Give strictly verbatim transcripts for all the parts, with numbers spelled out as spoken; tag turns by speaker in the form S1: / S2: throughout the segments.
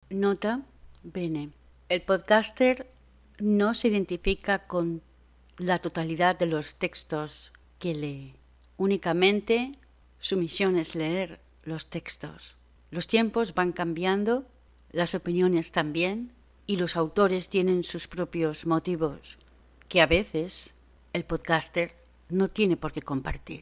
S1: Nota bene. El podcaster no se identifica con la totalidad de los textos que lee. Únicamente su misión es leer los textos. Los tiempos van cambiando, las opiniones también, y los autores tienen sus propios motivos, que a veces el podcaster no tiene por qué compartir.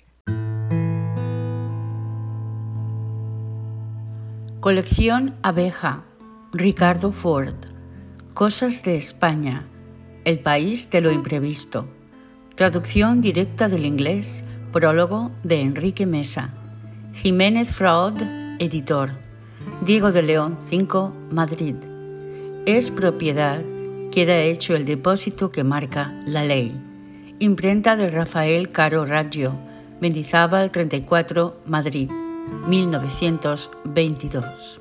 S1: Colección Abeja, Ricardo Ford. Cosas de España, el país de lo imprevisto. Traducción directa del inglés, prólogo de Enrique Mesa. Jiménez Fraud, editor. Diego de León cinco, Madrid. Es propiedad, queda hecho el depósito que marca la ley. Imprenta de Rafael Caro Raggio, Mendizábal treinta y cuatro, Madrid, mil novecientos veintidós.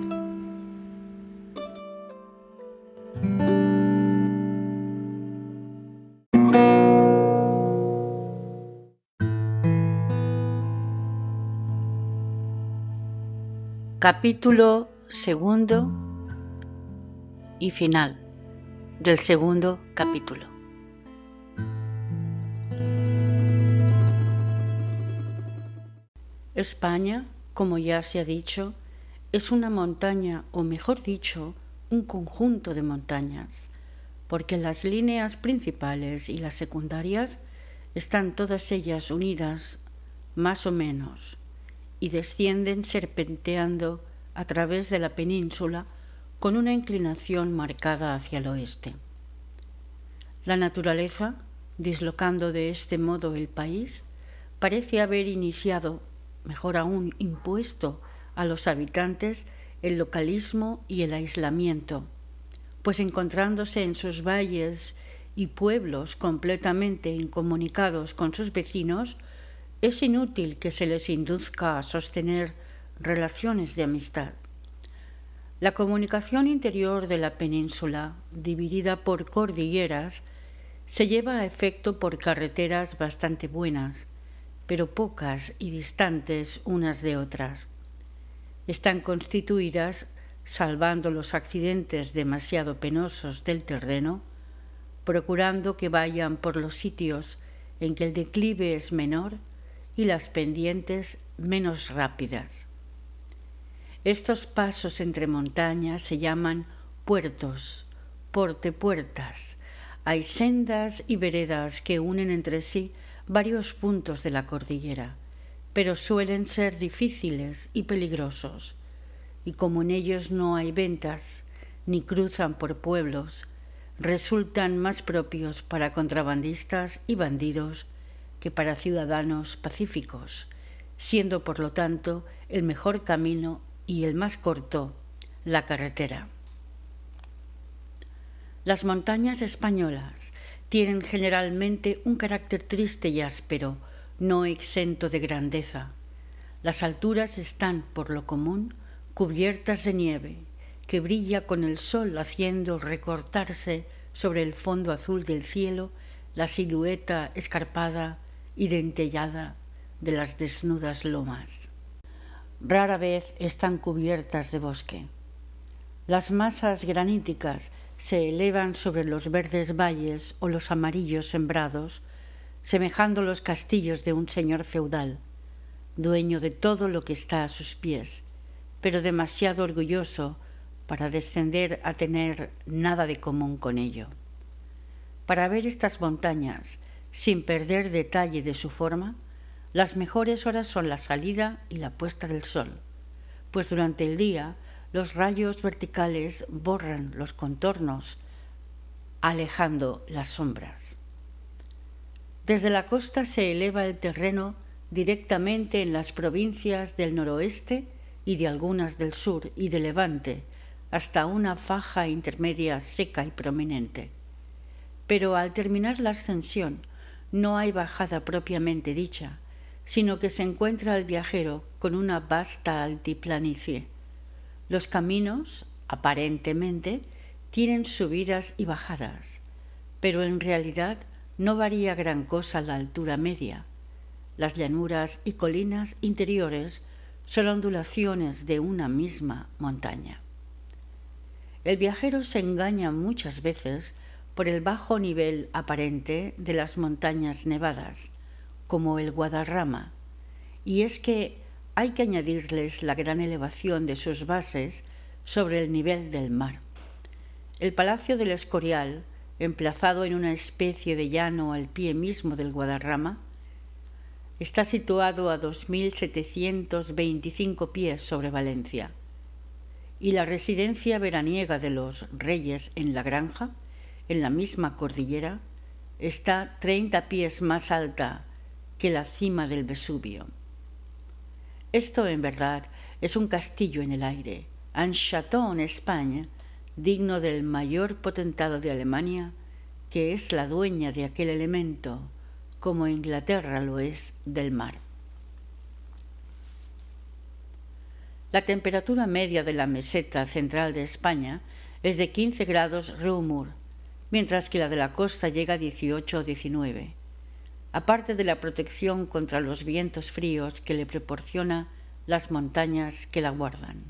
S1: Capítulo segundo y final del segundo capítulo. España, como ya se ha dicho, es una montaña, o mejor dicho, un conjunto de montañas, porque las líneas principales y las secundarias están todas ellas unidas, más o menos, y descienden serpenteando a través de la península con una inclinación marcada hacia el oeste. La naturaleza, dislocando de este modo el país, parece haber iniciado, mejor aún impuesto a los habitantes, el localismo y el aislamiento, pues encontrándose en sus valles y pueblos completamente incomunicados con sus vecinos, es inútil que se les induzca a sostener relaciones de amistad. La comunicación interior de la península, dividida por cordilleras, se lleva a efecto por carreteras bastante buenas, pero pocas y distantes unas de otras. Están constituidas, salvando los accidentes demasiado penosos del terreno, procurando que vayan por los sitios en que el declive es menor y las pendientes menos rápidas. Estos pasos entre montañas se llaman puertos, portepuertas. Hay sendas y veredas que unen entre sí varios puntos de la cordillera, pero suelen ser difíciles y peligrosos, y como en ellos no hay ventas ni cruzan por pueblos, resultan más propios para contrabandistas y bandidos que para ciudadanos pacíficos, siendo por lo tanto el mejor camino y el más corto la carretera. Las montañas españolas tienen generalmente un carácter triste y áspero, no exento de grandeza. Las alturas están, por lo común, cubiertas de nieve, que brilla con el sol haciendo recortarse sobre el fondo azul del cielo la silueta escarpada y dentellada de las desnudas lomas. Rara vez están cubiertas de bosque. Las masas graníticas se elevan sobre los verdes valles o los amarillos sembrados, semejando los castillos de un señor feudal, dueño de todo lo que está a sus pies, pero demasiado orgulloso para descender a tener nada de común con ello. Para ver estas montañas, sin perder detalle de su forma, las mejores horas son la salida y la puesta del sol, pues durante el día los rayos verticales borran los contornos, alejando las sombras. Desde la costa se eleva el terreno directamente en las provincias del noroeste y de algunas del sur y de Levante, hasta una faja intermedia seca y prominente. Pero al terminar la ascensión no hay bajada propiamente dicha, sino que se encuentra el viajero con una vasta altiplanicie. Los caminos, aparentemente, tienen subidas y bajadas, pero en realidad no varía gran cosa la altura media. Las llanuras y colinas interiores son ondulaciones de una misma montaña. El viajero se engaña muchas veces por el bajo nivel aparente de las montañas nevadas, como el Guadarrama, y es que hay que añadirles la gran elevación de sus bases sobre el nivel del mar. El Palacio del Escorial, emplazado en una especie de llano al pie mismo del Guadarrama, está situado a dos mil setecientos veinticinco pies sobre Valencia, y la residencia veraniega de los reyes en La Granja, en la misma cordillera, está treinta pies más alta que la cima del Vesubio. Esto, en verdad, es un castillo en el aire, un château en España, digno del mayor potentado de Alemania, que es la dueña de aquel elemento, como Inglaterra lo es del mar. La temperatura media de la meseta central de España es de quince grados Reaumur, mientras que la de la costa llega a dieciocho o diecinueve. Aparte de la protección contra los vientos fríos que le proporciona las montañas que la guardan.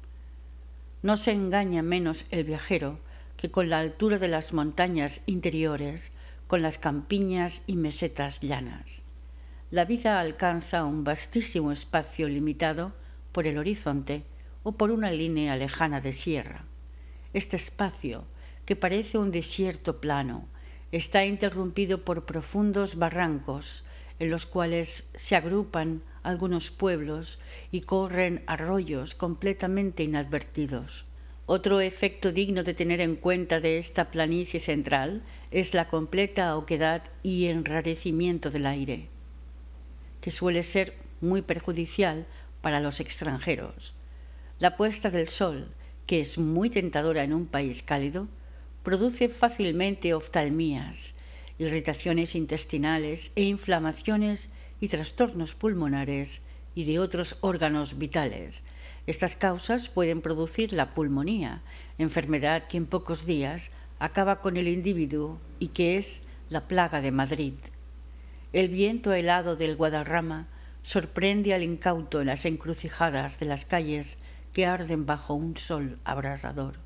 S1: No se engaña menos el viajero que con la altura de las montañas interiores, con las campiñas y mesetas llanas. La vida alcanza un vastísimo espacio limitado por el horizonte o por una línea lejana de sierra. Este espacio, que parece un desierto plano, está interrumpido por profundos barrancos en los cuales se agrupan algunos pueblos y corren arroyos completamente inadvertidos. Otro efecto digno de tener en cuenta de esta planicie central es la completa oquedad y enrarecimiento del aire, que suele ser muy perjudicial para los extranjeros. La puesta del sol, que es muy tentadora en un país cálido, produce fácilmente oftalmías, irritaciones intestinales e inflamaciones y trastornos pulmonares y de otros órganos vitales. Estas causas pueden producir la pulmonía, enfermedad que en pocos días acaba con el individuo y que es la plaga de Madrid. El viento helado del Guadarrama sorprende al incauto en las encrucijadas de las calles que arden bajo un sol abrasador.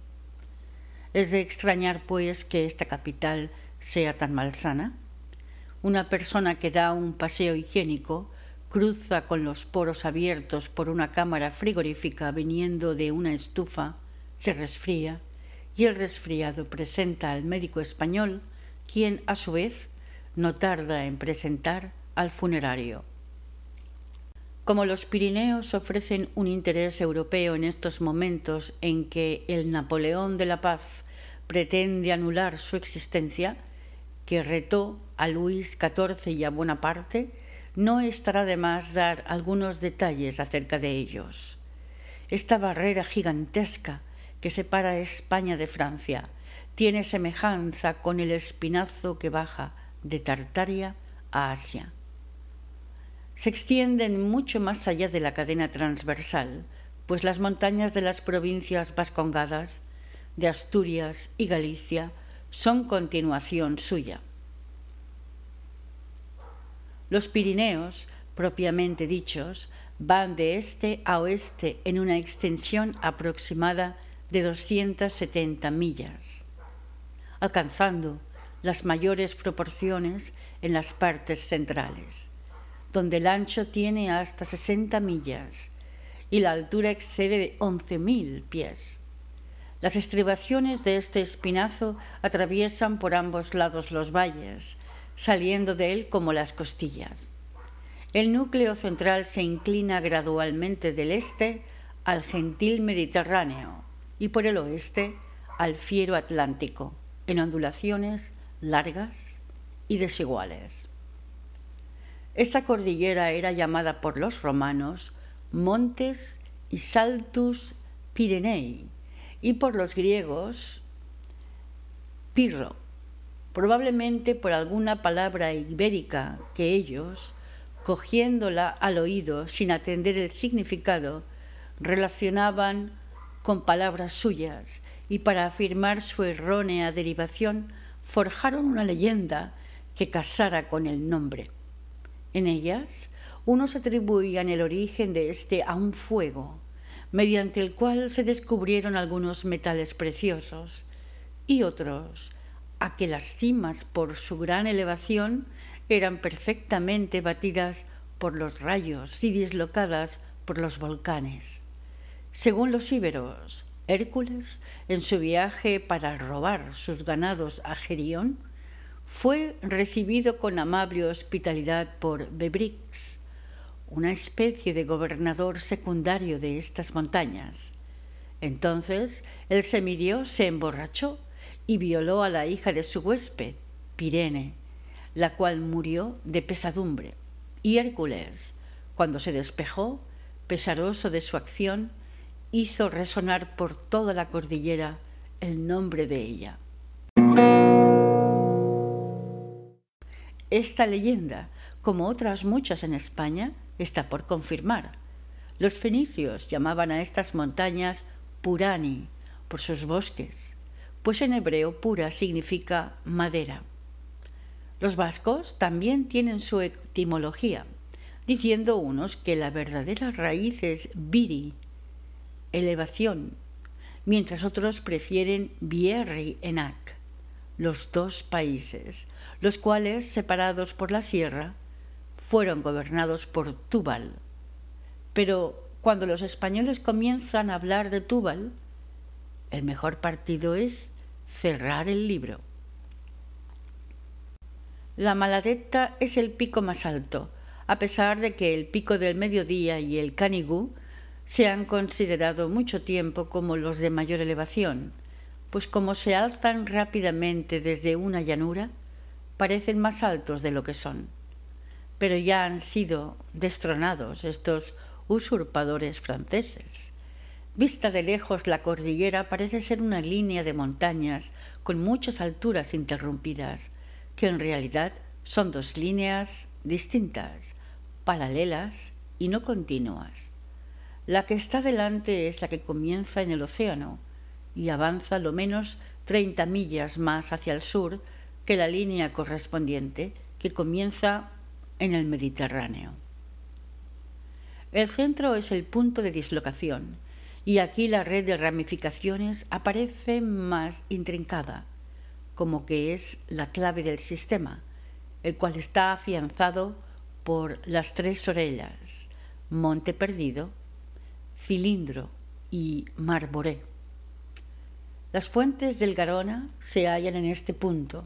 S1: Es de extrañar, pues, que esta capital sea tan malsana. Una persona que da un paseo higiénico cruza con los poros abiertos por una cámara frigorífica viniendo de una estufa, se resfría y el resfriado presenta al médico español, quien, a su vez, no tarda en presentar al funerario. Como los Pirineos ofrecen un interés europeo en estos momentos en que el Napoleón de la Paz pretende anular su existencia, que retó a Luis catorce y a Bonaparte, no estará de más dar algunos detalles acerca de ellos. Esta barrera gigantesca que separa a España de Francia tiene semejanza con el espinazo que baja de Tartaria a Asia. Se extienden mucho más allá de la cadena transversal, pues las montañas de las provincias vascongadas, de Asturias y Galicia, son continuación suya. Los Pirineos, propiamente dichos, van de este a oeste en una extensión aproximada de doscientas setenta millas, alcanzando las mayores proporciones en las partes centrales, donde el ancho tiene hasta sesenta millas y la altura excede de once mil pies. Las estribaciones de este espinazo atraviesan por ambos lados los valles, saliendo de él como las costillas. El núcleo central se inclina gradualmente del este al gentil Mediterráneo y por el oeste al fiero Atlántico, en ondulaciones largas y desiguales. Esta cordillera era llamada por los romanos Montes y Saltus Pirenei y por los griegos Pirro, probablemente por alguna palabra ibérica que ellos, cogiéndola al oído sin atender el significado, relacionaban con palabras suyas y para afirmar su errónea derivación forjaron una leyenda que casara con el nombre. En ellas, unos atribuían el origen de este a un fuego, mediante el cual se descubrieron algunos metales preciosos, y otros a que las cimas, por su gran elevación, eran perfectamente batidas por los rayos y dislocadas por los volcanes. Según los íberos, Hércules, en su viaje para robar sus ganados a Gerión, fue recibido con amable hospitalidad por Bebrix, una especie de gobernador secundario de estas montañas. Entonces el semidios se emborrachó y violó a la hija de su huésped, Pirene, la cual murió de pesadumbre. Y Hércules, cuando se despejó, pesaroso de su acción, hizo resonar por toda la cordillera el nombre de ella. Esta leyenda, como otras muchas en España, está por confirmar. Los fenicios llamaban a estas montañas Purani, por sus bosques, pues en hebreo pura significa madera. Los vascos también tienen su etimología, diciendo unos que la verdadera raíz es viri, elevación, mientras otros prefieren bierri enak, los dos países, los cuales, separados por la sierra, fueron gobernados por Túbal. Pero cuando los españoles comienzan a hablar de Túbal, el mejor partido es cerrar el libro. La Maladetta es el pico más alto, a pesar de que el pico del Mediodía y el Canigú se han considerado mucho tiempo como los de mayor elevación, pues como se alzan rápidamente desde una llanura, parecen más altos de lo que son. Pero ya han sido destronados estos usurpadores franceses. Vista de lejos, la cordillera parece ser una línea de montañas con muchas alturas interrumpidas, que en realidad son dos líneas distintas, paralelas y no continuas. La que está delante es la que comienza en el océano y avanza lo menos treinta millas más hacia el sur que la línea correspondiente, que comienza en el Mediterráneo. El centro es el punto de dislocación, y aquí la red de ramificaciones aparece más intrincada, como que es la clave del sistema, el cual está afianzado por las tres orellas, Monte Perdido, Cilindro y Marboré. Las fuentes del Garona se hallan en este punto.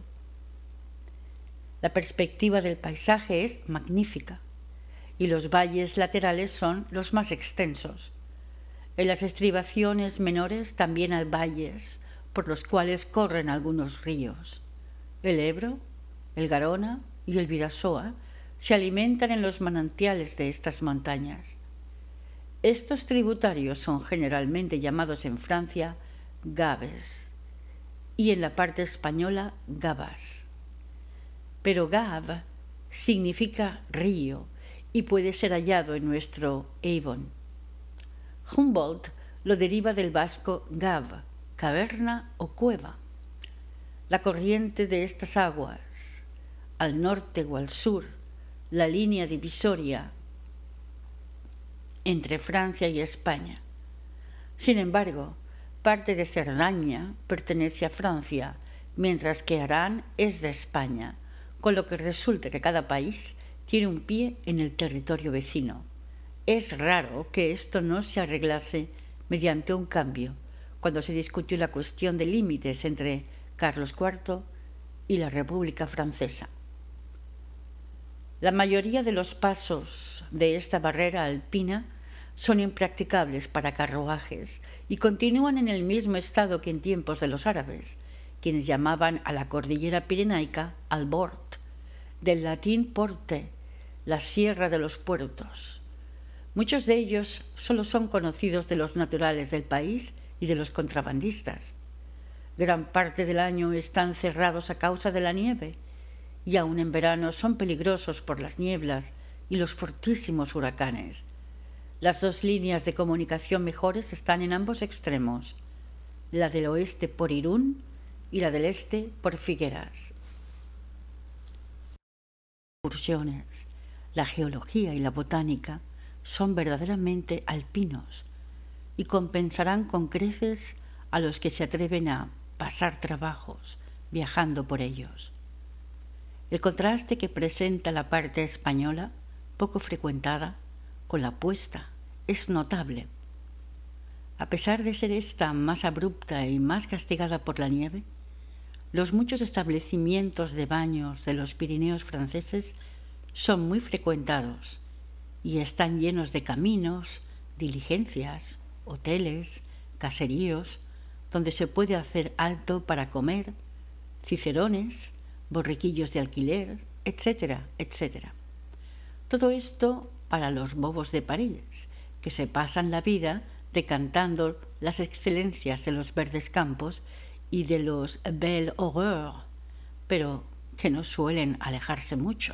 S1: La perspectiva del paisaje es magnífica y los valles laterales son los más extensos. En las estribaciones menores también hay valles por los cuales corren algunos ríos. El Ebro, el Garona y el Bidasoa se alimentan en los manantiales de estas montañas. Estos tributarios son generalmente llamados en Francia gaves y en la parte española gabas. Pero gave significa río y puede ser hallado en nuestro Avon. Humboldt lo deriva del vasco gav, caverna o cueva. La corriente de estas aguas, al norte o al sur, la línea divisoria entre Francia y España. Sin embargo, parte de Cerdaña pertenece a Francia, mientras que Arán es de España, con lo que resulta que cada país tiene un pie en el territorio vecino. Es raro que esto no se arreglase mediante un cambio, cuando se discutió la cuestión de límites entre Carlos cuarto y la República Francesa. La mayoría de los pasos de esta barrera alpina son impracticables para carruajes y continúan en el mismo estado que en tiempos de los árabes, quienes llamaban a la cordillera pirenaica Albort, del latín porte, la sierra de los puertos. Muchos de ellos solo son conocidos de los naturales del país y de los contrabandistas. Gran parte del año están cerrados a causa de la nieve, y aun en verano son peligrosos por las nieblas y los fortísimos huracanes. Las dos líneas de comunicación mejores están en ambos extremos, la del oeste por Irún y la del este por Figueras. Las excursiones, la geología y la botánica son verdaderamente alpinos, y compensarán con creces a los que se atreven a pasar trabajos viajando por ellos. El contraste que presenta la parte española, poco frecuentada, con la puesta, es notable. A pesar de ser esta más abrupta y más castigada por la nieve, los muchos establecimientos de baños de los Pirineos franceses son muy frecuentados y están llenos de caminos, diligencias, hoteles, caseríos, donde se puede hacer alto para comer, cicerones, borriquillos de alquiler, etcétera, etcétera. Todo esto para los bobos de París, que se pasan la vida decantando las excelencias de los verdes campos y de los belles horreurs, pero que no suelen alejarse mucho.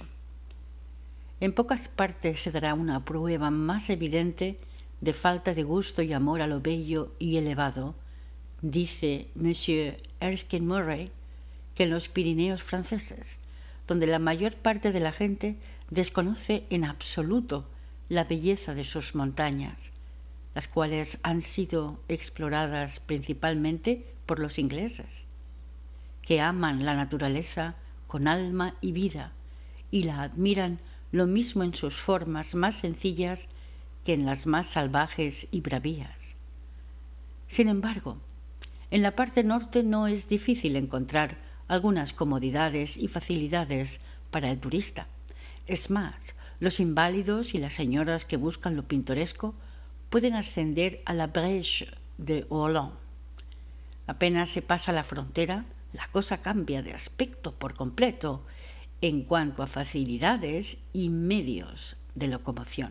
S1: En pocas partes se dará una prueba más evidente de falta de gusto y amor a lo bello y elevado, dice Monsieur Erskine Murray, que en los Pirineos franceses, donde la mayor parte de la gente desconoce en absoluto la belleza de sus montañas, las cuales han sido exploradas principalmente por los ingleses, que aman la naturaleza con alma y vida y la admiran lo mismo en sus formas más sencillas que en las más salvajes y bravías. Sin embargo, en la parte norte no es difícil encontrar algunas comodidades y facilidades para el turista. Es más, los inválidos y las señoras que buscan lo pintoresco pueden ascender a la Brèche de Hollande. Apenas se pasa la frontera, la cosa cambia de aspecto por completo en cuanto a facilidades y medios de locomoción.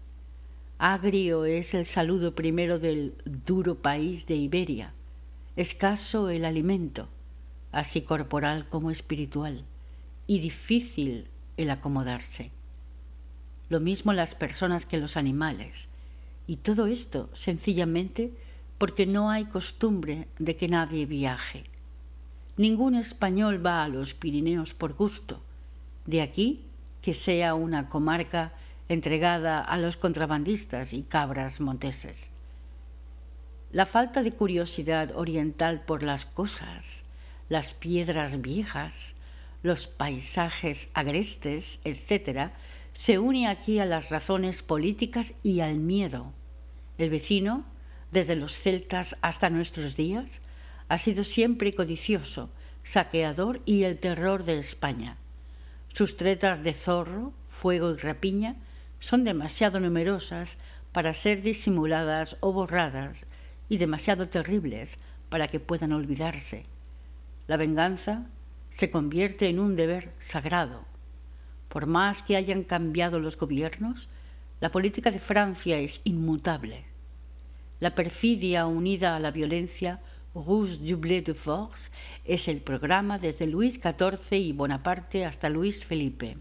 S1: Agrio es el saludo primero del duro país de Iberia, escaso el alimento, así corporal como espiritual, y difícil el acomodarse. Lo mismo las personas que los animales, y todo esto sencillamente porque no hay costumbre de que nadie viaje. Ningún español va a los Pirineos por gusto, de aquí que sea una comarca entregada a los contrabandistas y cabras monteses. La falta de curiosidad oriental por las cosas, las piedras viejas, los paisajes agrestes, etcétera, se une aquí a las razones políticas y al miedo. El vecino, desde los celtas hasta nuestros días, ha sido siempre codicioso, saqueador y el terror de España. Sus tretas de zorro, fuego y rapiña son demasiado numerosas para ser disimuladas o borradas y demasiado terribles para que puedan olvidarse. La venganza se convierte en un deber sagrado. Por más que hayan cambiado los gobiernos, la política de Francia es inmutable. La perfidia unida a la violencia, rouge doublée de force, es el programa desde Luis catorce y Bonaparte hasta Luis Felipe.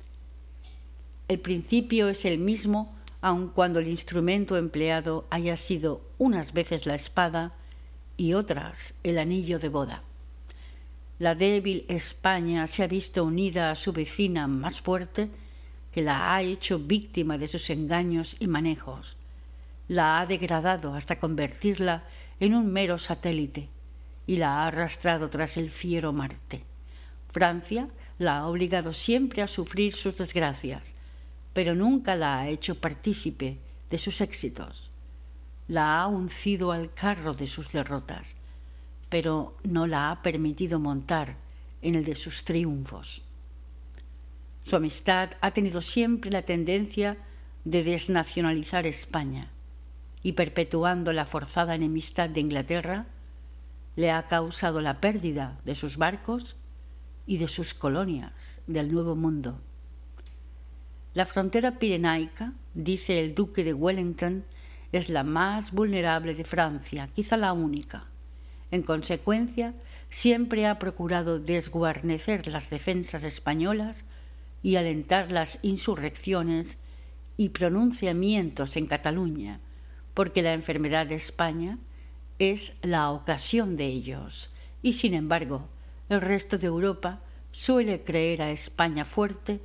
S1: El principio es el mismo, aun cuando el instrumento empleado haya sido unas veces la espada y otras el anillo de boda. La débil España se ha visto unida a su vecina más fuerte, que la ha hecho víctima de sus engaños y manejos. La ha degradado hasta convertirla en un mero satélite y la ha arrastrado tras el fiero Marte. Francia la ha obligado siempre a sufrir sus desgracias, pero nunca la ha hecho partícipe de sus éxitos. La ha uncido al carro de sus derrotas, pero no la ha permitido montar en el de sus triunfos. Su amistad ha tenido siempre la tendencia de desnacionalizar España y, perpetuando la forzada enemistad de Inglaterra, le ha causado la pérdida de sus barcos y de sus colonias del Nuevo Mundo. La frontera pirenaica, dice el duque de Wellington, es la más vulnerable de Francia, quizá la única. En consecuencia, siempre ha procurado desguarnecer las defensas españolas y alentar las insurrecciones y pronunciamientos en Cataluña, porque la enfermedad de España es la ocasión de ellos, y sin embargo, el resto de Europa suele creer a España fuerte,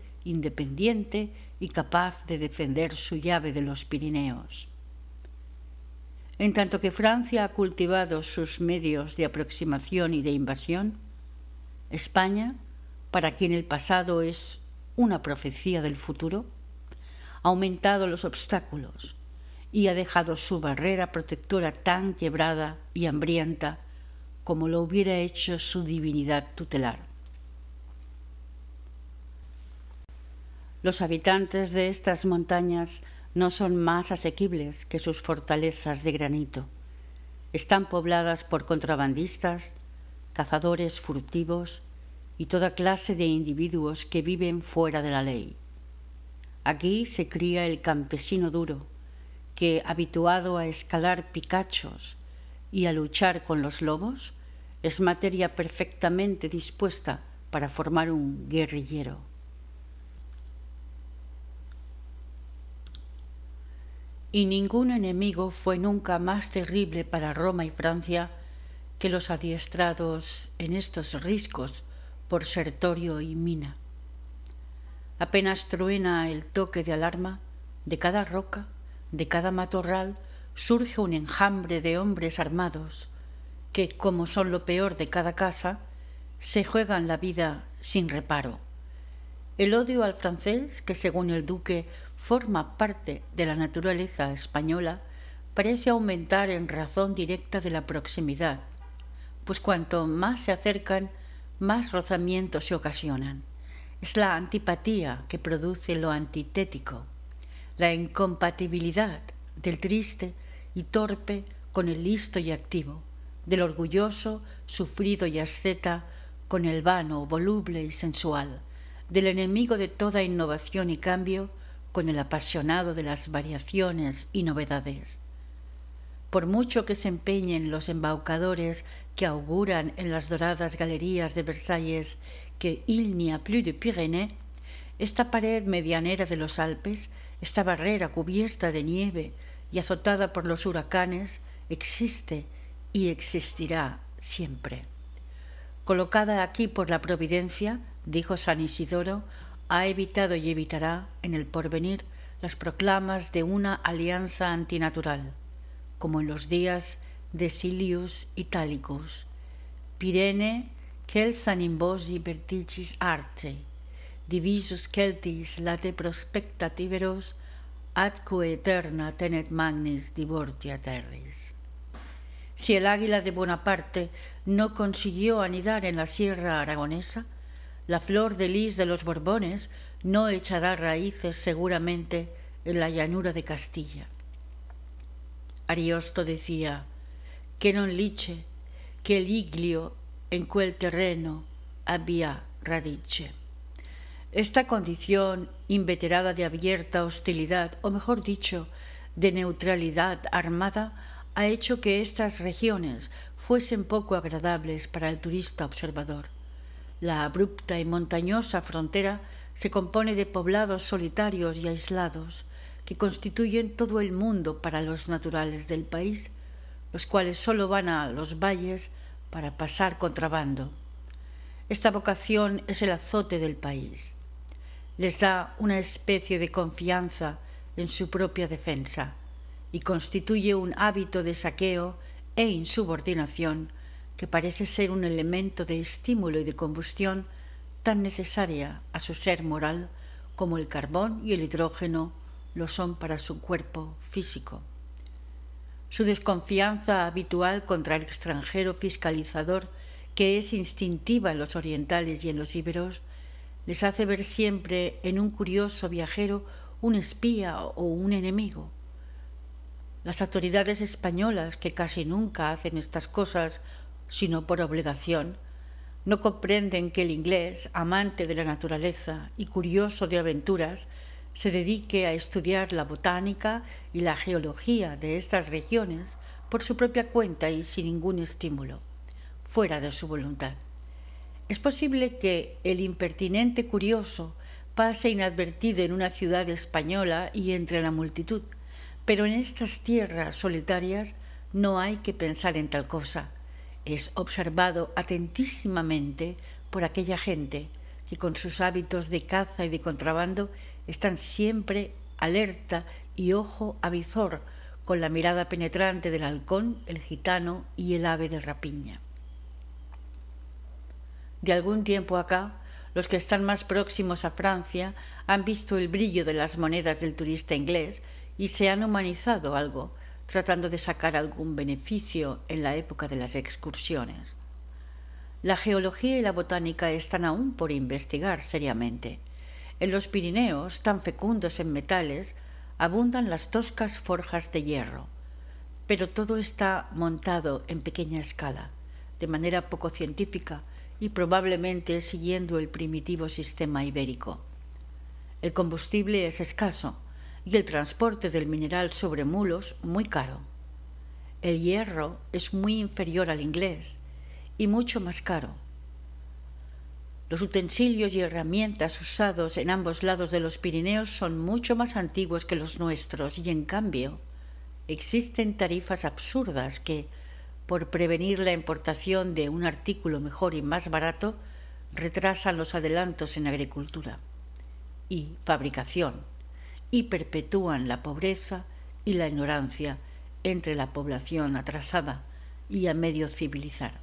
S1: independiente y capaz de defender su llave de los Pirineos. En tanto que Francia ha cultivado sus medios de aproximación y de invasión, España, para quien el pasado es una profecía del futuro, ha aumentado los obstáculos y ha dejado su barrera protectora tan quebrada y hambrienta como lo hubiera hecho su divinidad tutelar. Los habitantes de estas montañas no son más asequibles que sus fortalezas de granito. Están pobladas por contrabandistas, cazadores furtivos y toda clase de individuos que viven fuera de la ley. Aquí se cría el campesino duro, que, habituado a escalar picachos y a luchar con los lobos, es materia perfectamente dispuesta para formar un guerrillero. Y ningún enemigo fue nunca más terrible para Roma y Francia que los adiestrados en estos riscos por Sertorio y Mina. Apenas truena el toque de alarma, de cada roca, de cada matorral, surge un enjambre de hombres armados que, como son lo peor de cada casa, se juegan la vida sin reparo. El odio al francés, que según el duque forma parte de la naturaleza española, parece aumentar en razón directa de la proximidad, pues cuanto más se acercan, más rozamientos se ocasionan. Es la antipatía que produce lo antitético, la incompatibilidad del triste y torpe con el listo y activo, del orgulloso, sufrido y asceta con el vano, voluble y sensual, del enemigo de toda innovación y cambio con el apasionado de las variaciones y novedades. Por mucho que se empeñen los embaucadores que auguran en las doradas galerías de Versalles que il n'y a plus de Pyrénées, esta pared medianera de los Alpes, esta barrera cubierta de nieve y azotada por los huracanes, existe y existirá siempre. Colocada aquí por la providencia, dijo San Isidoro, ha evitado y evitará en el porvenir las proclamas de una alianza antinatural, como en los días de Silius Italicus, Pirene quel sanimbosi verticis arte, divisus Celtis late prospectativeros, atque eterna tenet magnis divortia terris. Si el águila de Bonaparte no consiguió anidar en la sierra aragonesa, la flor de lis de los Borbones no echará raíces seguramente en la llanura de Castilla. Ariosto decía que non lice, que el iglio en quel terreno había radice. Esta condición inveterada de abierta hostilidad, o mejor dicho, de neutralidad armada, ha hecho que estas regiones fuesen poco agradables para el turista observador. La abrupta y montañosa frontera se compone de poblados solitarios y aislados que constituyen todo el mundo para los naturales del país, los cuales solo van a los valles para pasar contrabando. Esta vocación es el azote del país. Les da una especie de confianza en su propia defensa y constituye un hábito de saqueo e insubordinación que parece ser un elemento de estímulo y de combustión tan necesaria a su ser moral como el carbón y el hidrógeno lo son para su cuerpo físico. Su desconfianza habitual contra el extranjero fiscalizador, que es instintiva en los orientales y en los íberos, les hace ver siempre en un curioso viajero un espía o un enemigo. Las autoridades españolas, que casi nunca hacen estas cosas sino por obligación, no comprenden que el inglés, amante de la naturaleza y curioso de aventuras, se dedique a estudiar la botánica y la geología de estas regiones por su propia cuenta y sin ningún estímulo, fuera de su voluntad. Es posible que el impertinente curioso pase inadvertido en una ciudad española y entre la multitud, pero en estas tierras solitarias no hay que pensar en tal cosa. Es observado atentísimamente por aquella gente que con sus hábitos de caza y de contrabando están siempre alerta y ojo avizor con la mirada penetrante del halcón, el gitano y el ave de rapiña. De algún tiempo acá, los que están más próximos a Francia han visto el brillo de las monedas del turista inglés y se han humanizado algo, tratando de sacar algún beneficio en la época de las excursiones. La geología y la botánica están aún por investigar seriamente. En los Pirineos, tan fecundos en metales, abundan las toscas forjas de hierro, pero todo está montado en pequeña escala, de manera poco científica y probablemente siguiendo el primitivo sistema ibérico. El combustible es escaso y el transporte del mineral sobre mulos muy caro. El hierro es muy inferior al inglés y mucho más caro. Los utensilios y herramientas usados en ambos lados de los Pirineos son mucho más antiguos que los nuestros y, en cambio, existen tarifas absurdas que, por prevenir la importación de un artículo mejor y más barato, retrasan los adelantos en agricultura y fabricación y perpetúan la pobreza y la ignorancia entre la población atrasada y a medio civilizar.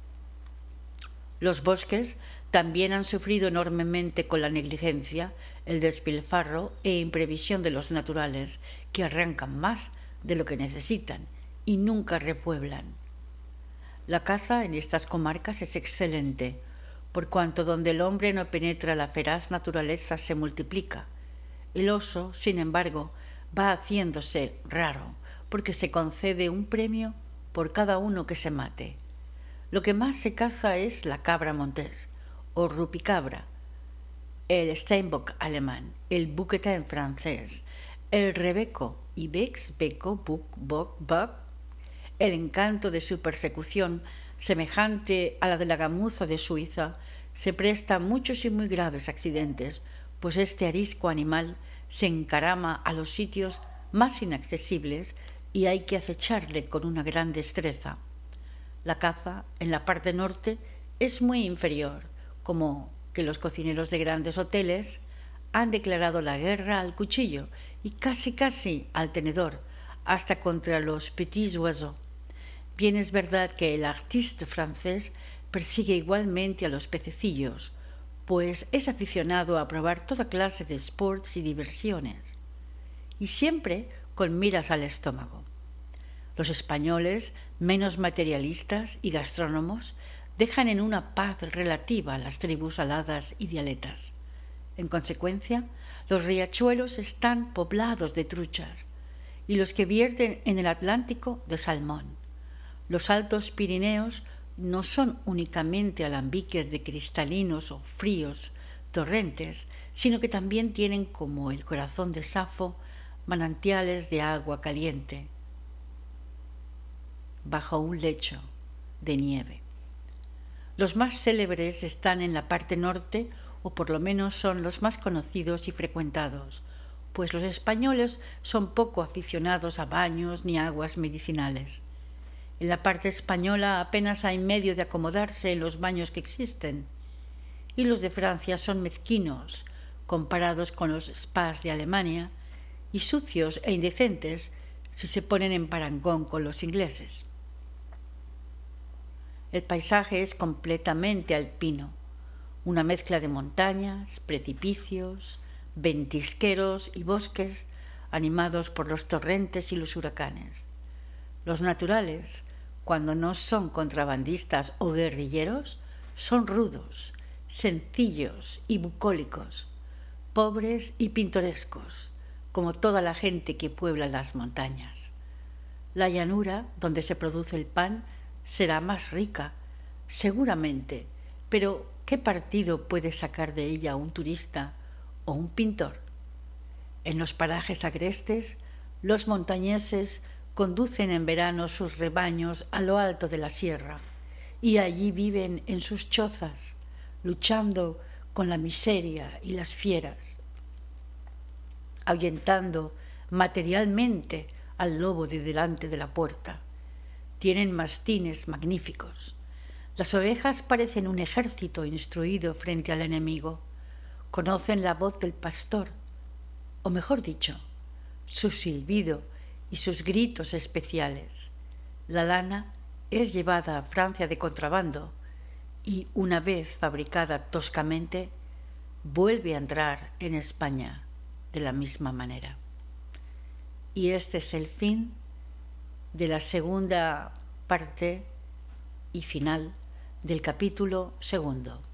S1: Los bosques también han sufrido enormemente con la negligencia, el despilfarro e imprevisión de los naturales, que arrancan más de lo que necesitan y nunca repueblan. La caza en estas comarcas es excelente, por cuanto donde el hombre no penetra la feraz naturaleza se multiplica. El oso, sin embargo, va haciéndose raro, porque se concede un premio por cada uno que se mate. Lo que más se caza es la cabra montés, o rupicabra, el steinbock alemán, el bouquetin francés, el rebeco, ibex, beco, buc, boc, buck. El encanto de su persecución, semejante a la de la gamuza de Suiza, se presta a muchos y muy graves accidentes, pues este arisco animal se encarama a los sitios más inaccesibles y hay que acecharle con una gran destreza. La caza en la parte norte es muy inferior, como que los cocineros de grandes hoteles han declarado la guerra al cuchillo y casi casi al tenedor, hasta contra los petits oiseaux. Bien es verdad que el artiste francés persigue igualmente a los pececillos, pues es aficionado a probar toda clase de sports y diversiones, y siempre con miras al estómago. Los españoles, menos materialistas y gastrónomos, dejan en una paz relativa a las tribus aladas y dialetas. En consecuencia, los riachuelos están poblados de truchas y los que vierten en el Atlántico de salmón. Los altos Pirineos no son únicamente alambiques de cristalinos o fríos torrentes, sino que también tienen, como el corazón de Safo, manantiales de agua caliente bajo un lecho de nieve. Los más célebres están en la parte norte, o por lo menos son los más conocidos y frecuentados, pues los españoles son poco aficionados a baños ni aguas medicinales. En la parte española apenas hay medio de acomodarse en los baños que existen, y los de Francia son mezquinos comparados con los spas de Alemania y sucios e indecentes si se ponen en parangón con los ingleses. El paisaje es completamente alpino, una mezcla de montañas, precipicios, ventisqueros y bosques animados por los torrentes y los huracanes. Los naturales, cuando no son contrabandistas o guerrilleros, son rudos, sencillos y bucólicos, pobres y pintorescos, como toda la gente que puebla las montañas. La llanura, donde se produce el pan, será más rica, seguramente, pero ¿qué partido puede sacar de ella un turista o un pintor? En los parajes agrestes, los montañeses conducen en verano sus rebaños a lo alto de la sierra y allí viven en sus chozas, luchando con la miseria y las fieras, ahuyentando materialmente al lobo de delante de la puerta. Tienen mastines magníficos. Las ovejas parecen un ejército instruido frente al enemigo. Conocen la voz del pastor, o mejor dicho, su silbido, y sus gritos especiales. La lana es llevada a Francia de contrabando y, una vez fabricada toscamente, vuelve a entrar en España de la misma manera. Y este es el fin de la segunda parte y final del capítulo segundo.